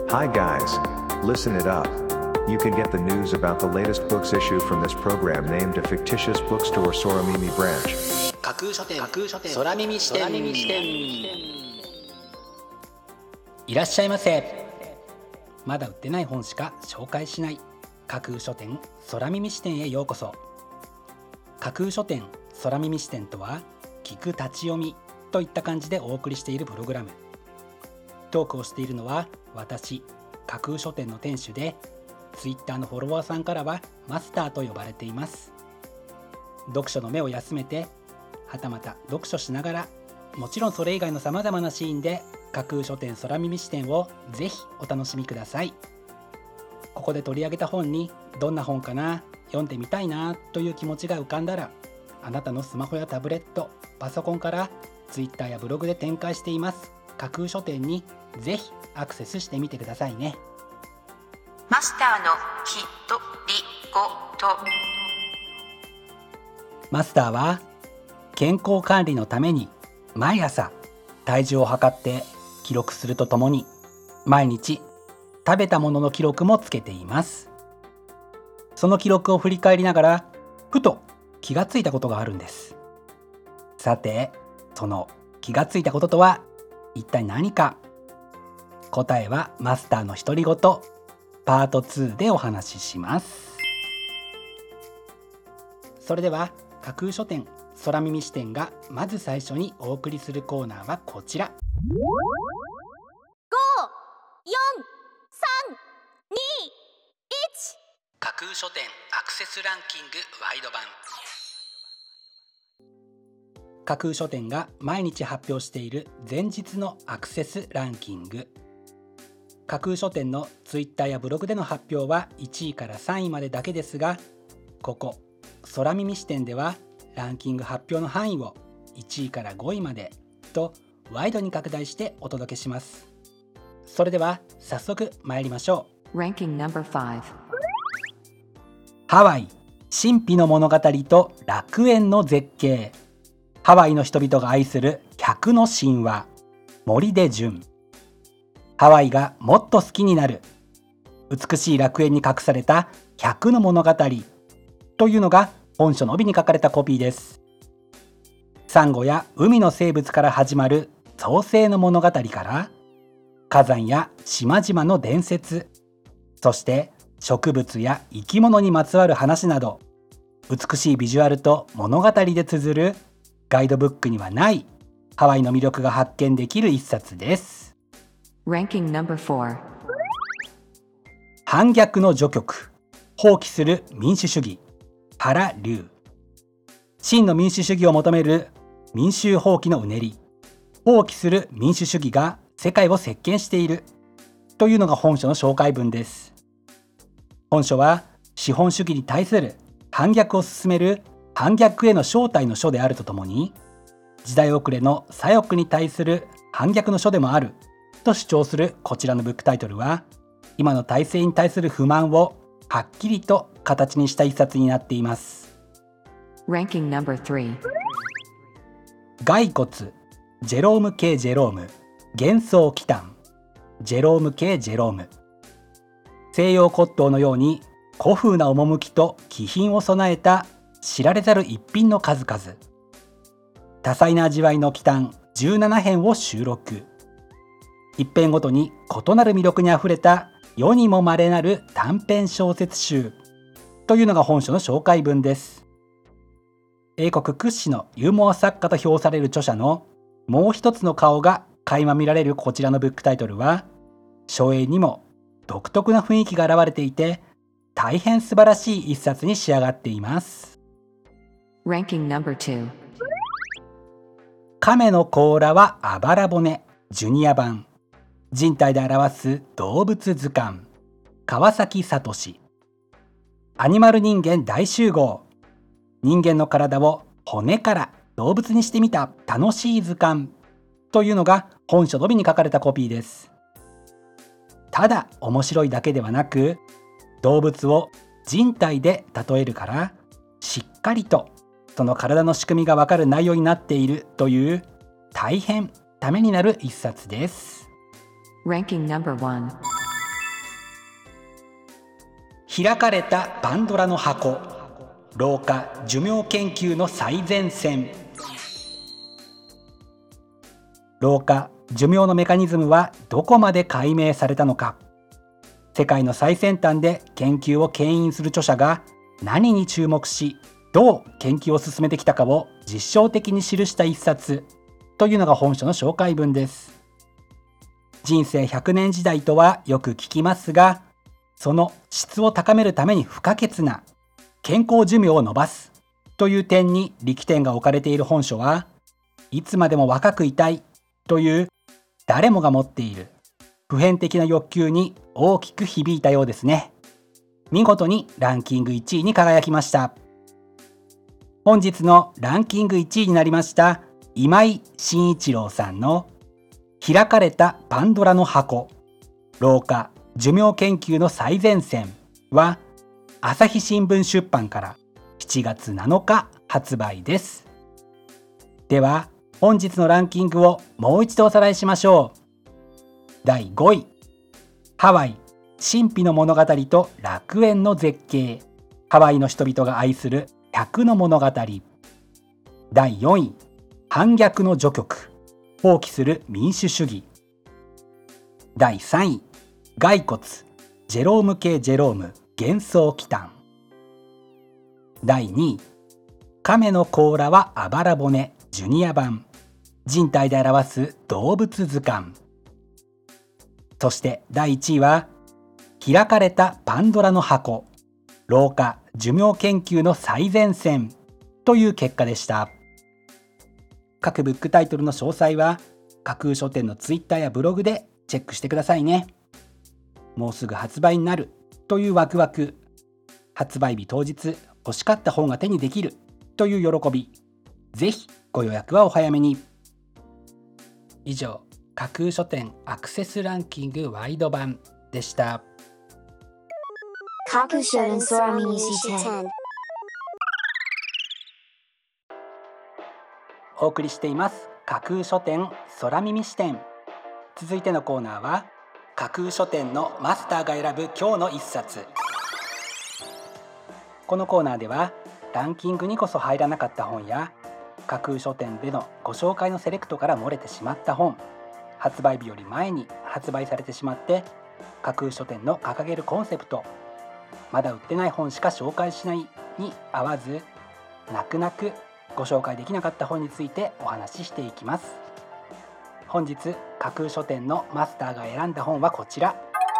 Hi guys, listen it up. You can get the news about the latest books issue from this program named a fictitious bookstore Soramimi branch. 架空書店空耳視点。いらっしゃいませ。まだ売ってない本しか紹介しない架空書店空耳視点へようこそ。架空書店空耳視点とは、聞く立ち読みといった感じでお送りしているプログラム。トークをしているのは私、架空書店の店主で、Twitter のフォロワーさんからはマスターと呼ばれています。読書の目を休めて、はたまた読書しながら、もちろんそれ以外のさまざまなシーンで架空書店空耳視点をぜひお楽しみください。ここで取り上げた本にどんな本かな、読んでみたいなという気持ちが浮かんだら、あなたのスマホやタブレット、パソコンから Twitter やブログで展開しています架空書店にぜひアクセスしてみてくださいね。 マスターのひとりごと。 マスターは健康管理のために毎朝体重を測って記録するとともに、毎日食べたものの記録もつけています。その記録を振り返りながら、ふと気がついたことがあるんです。さて、その気がついたこととは一体何か。答えはマスターの独り言パート2でお話しします。それでは架空書店空耳視点がまず最初にお送りするコーナーはこちら。5、4、3、2、1。架空書店アクセスランキングワイド版。架空書店が毎日発表している前日のアクセスランキング。架空書店のツイッターやブログでの発表は1位から3位までだけですが、ここ空耳視点ではランキング発表の範囲を1位から5位までとワイドに拡大してお届けします。それでは早速参りましょう。 Ranking No.5。 ハワイ神秘の物語と楽園の絶景。ハワイの人々が愛する100の神話、森出純。ハワイがもっと好きになる美しい楽園に隠された100の物語というのが本書の帯に書かれたコピーです。サンゴや海の生物から始まる創世の物語から、火山や島々の伝説、そして植物や生き物にまつわる話など、美しいビジュアルと物語で綴るガイドブックにはないハワイの魅力が発見できる一冊です。 Ranking No.4。 反逆の序曲、放棄する民主主義、原龍。真の民主主義を求める民衆放棄のうねり、放棄する民主主義が世界を席巻しているというのが本書の紹介文です。本書は資本主義に対する反逆を進める反逆への招待の書であるとともに、時代遅れの左翼に対する反逆の書でもあると主張するこちらのブックタイトルは、今の体制に対する不満をはっきりと形にした一冊になっています。 Ranking No.3。 骸骨、ジェローム K ジェローム、幻想奇譚。ジェローム K ジェローム。西洋骨董のように古風な趣と気品を備えた知られざる逸品の数々。多彩な味わいの奇譚17編を収録。一編ごとに異なる魅力にあふれた世にも稀なる短編小説集というのが本書の紹介文です。英国屈指のユーモア作家と評される著者のもう一つの顔が垣間見られるこちらのブックタイトルは、書影にも独特な雰囲気が現れていて、大変素晴らしい一冊に仕上がっています。 Ranking No.2。 亀の甲羅はあばら骨、ジュニア版。人体で表す動物図鑑、川崎聡。アニマル人間大集合。人間の体を骨から動物にしてみた楽しい図鑑というのが本書の帯に書かれたコピーです。ただ面白いだけではなく、動物を人体で例えるから、しっかりとその体の仕組みがわかる内容になっているという、大変ためになる一冊です。 Ranking No.1。 開かれたパンドラの箱、老化寿命研究の最前線。老化寿命のメカニズムはどこまで解明されたのか。世界の最先端で研究を牽引する著者が何に注目し、どう研究を進めてきたかを実証的に記した一冊というのが本書の紹介文です。人生100年時代とはよく聞きますが、その質を高めるために不可欠な健康寿命を伸ばすという点に力点が置かれている本書は、いつまでも若くいたいという誰もが持っている普遍的な欲求に大きく響いたようですね。見事にランキング1位に輝きました。本日のランキング1位になりました今井真一郎さんの開かれたパンドラの箱、老化寿命研究の最前線は朝日新聞出版から7月7日発売です。では本日のランキングをもう一度おさらいしましょう。第5位、ハワイ神秘の物語と楽園の絶景、ハワイの人々が愛する100の物語。第4位、反逆の序曲、放棄する民主主義。第3位、骸骨ジェローム系ジェローム幻想祈祷。第2位、亀の甲羅はあばら骨ジュニア版、人体で表す動物図鑑。そして第1位は開かれたパンドラの箱、老化寿命研究の最前線という結果でした。各ブックタイトルの詳細は架空書店のツイッターやブログでチェックしてくださいね。もうすぐ発売になるというワクワク、発売日当日欲しかった本が手にできるという喜び、ぜひご予約はお早めに。以上、架空書店アクセスランキングワイド版でした。 架空書店空耳視点。 お送りしています架空書店空耳視点。続いてのコーナーは架空書店のマスターが選ぶ今日の一冊。このコーナーではランキングにこそ入らなかった本や架空書店でのご紹介のセレクトから漏れてしまった本、発売日より前に発売されてしまって架空書店の掲げるコンセプト、まだ売ってない本しか紹介しないに合わず、泣く泣くご紹介できなかった本についてお話ししていきます。本日架空書店のマスターが選んだ本はこちら。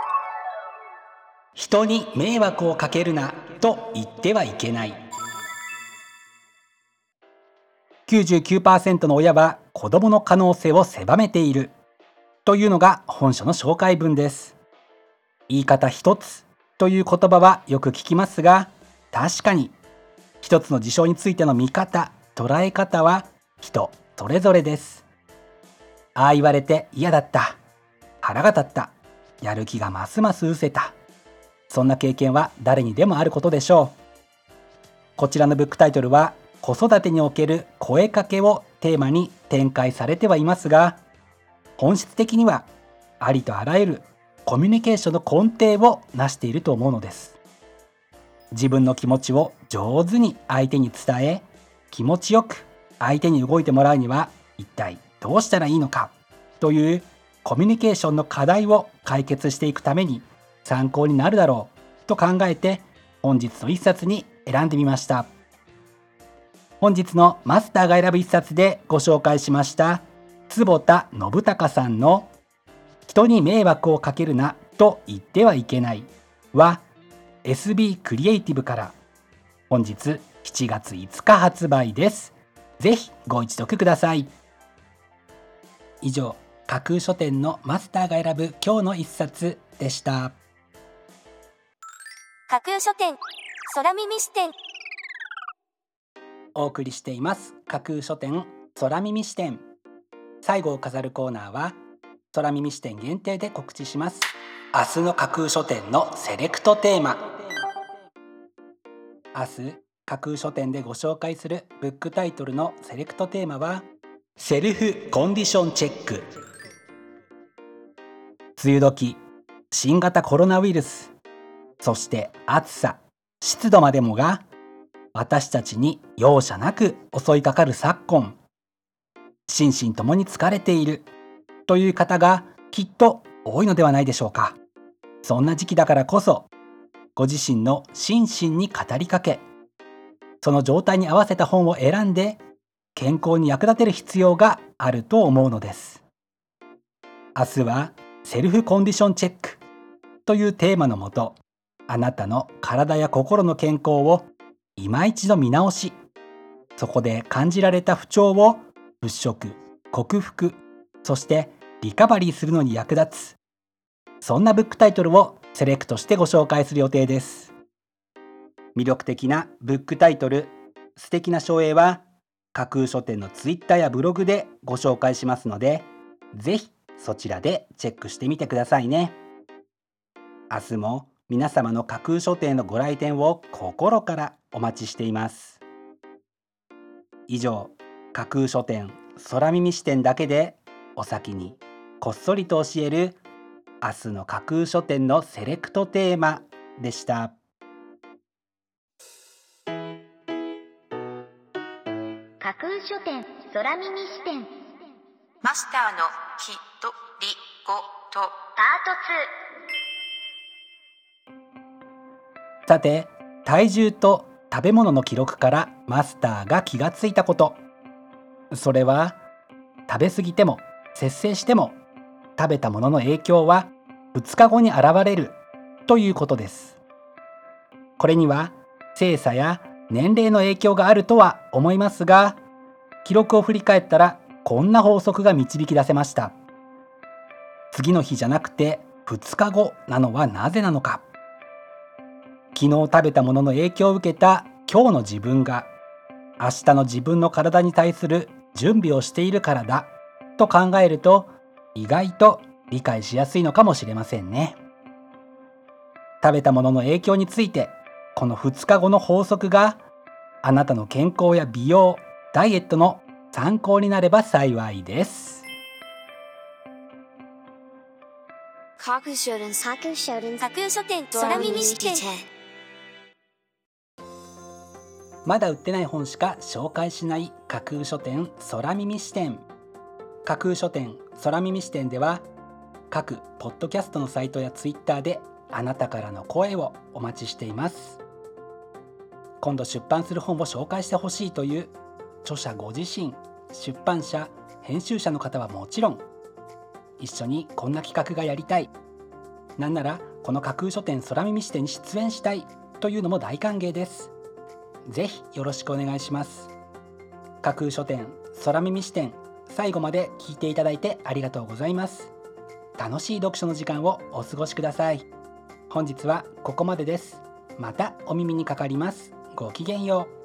人に迷惑をかけるなと言ってはいけない。99% の親は子どもの可能性を狭めているというのが本書の紹介文です。言い方一つという言葉はよく聞きますが、確かに一つの事象についての見方、捉え方は人それぞれです。ああ言われて嫌だった、腹が立った、やる気がますます失せた、そんな経験は誰にでもあることでしょう。こちらのブックタイトルは子育てにおける声かけをテーマに展開されてはいますが、本質的にはありとあらゆるコミュニケーションの根底を成していると思うのです。自分の気持ちを上手に相手に伝え、気持ちよく相手に動いてもらうには一体どうしたらいいのかというコミュニケーションの課題を解決していくために参考になるだろうと考えて本日の一冊に選んでみました。本日のマスターが選ぶ一冊でご紹介しました坪田信孝さんの人に迷惑をかけるなと言ってはいけないは SB クリエイティブから本日7月5日発売です。ぜひご一読ください。以上、架空書店のマスターが選ぶ今日の一冊でした。 架空書店空耳視点。 お送りしています架空書店空耳視点。最後を飾るコーナーは空耳視点限定で告知します。明日の架空書店のセレクトテーマ。明日架空書店でご紹介するブックタイトルのセレクトテーマはセルフコンディションチェック。梅雨時、新型コロナウイルス、 そして暑さ、湿度までもが私たちに容赦なく襲いかかる昨今、心身ともに疲れているという方がきっと多いのではないでしょうか。そんな時期だからこそ、ご自身の心身に語りかけ、その状態に合わせた本を選んで健康に役立てる必要があると思うのです。明日はセルフコンディションチェックというテーマのもと、あなたの体や心の健康を今一度見直し、そこで感じられた不調を払拭、克服、そしてリカバリーするのに役立つ、そんなブックタイトルをセレクトしてご紹介する予定です。魅力的なブックタイトル、素敵な書影は架空書店のツイッターやブログでご紹介しますので、ぜひそちらでチェックしてみてくださいね。明日も皆様の架空書店のご来店を心からお待ちしています。以上、架空書店空耳視点だけでお先にこっそりと教える明日の架空書店のセレクトテーマでした。 架空書店空耳視点マスターのきとりごとパート2。 さて、体重と食べ物の記録からマスターが気がついたこと、それは食べ過ぎても節制しても食べたものの影響は2日後に現れるということです。これには性差や年齢の影響があるとは思いますが、記録を振り返ったらこんな法則が導き出せました。次の日じゃなくて2日後なのはなぜなのか。昨日食べたものの影響を受けた今日の自分が明日の自分の体に対する準備をしているからだと考えると、意外と理解しやすいのかもしれませんね。食べたものの影響について、この2日後の法則があなたの健康や美容、ダイエットの参考になれば幸いです。 架空書店空耳視点。 まだ売ってない本しか紹介しない架空書店空耳視点。架空書店空耳視点では、各ポッドキャストのサイトやツイッターであなたからの声をお待ちしています。今度出版する本を紹介してほしいという著者ご自身、出版社、編集者の方はもちろん、一緒にこんな企画がやりたい、なんならこの架空書店空耳視点に出演したいというのも大歓迎です。ぜひよろしくお願いします。架空書店空耳視点、最後まで聞いていただいてありがとうございます。楽しい読書の時間をお過ごしください。本日はここまでです。またお耳にかかります。ごきげんよう。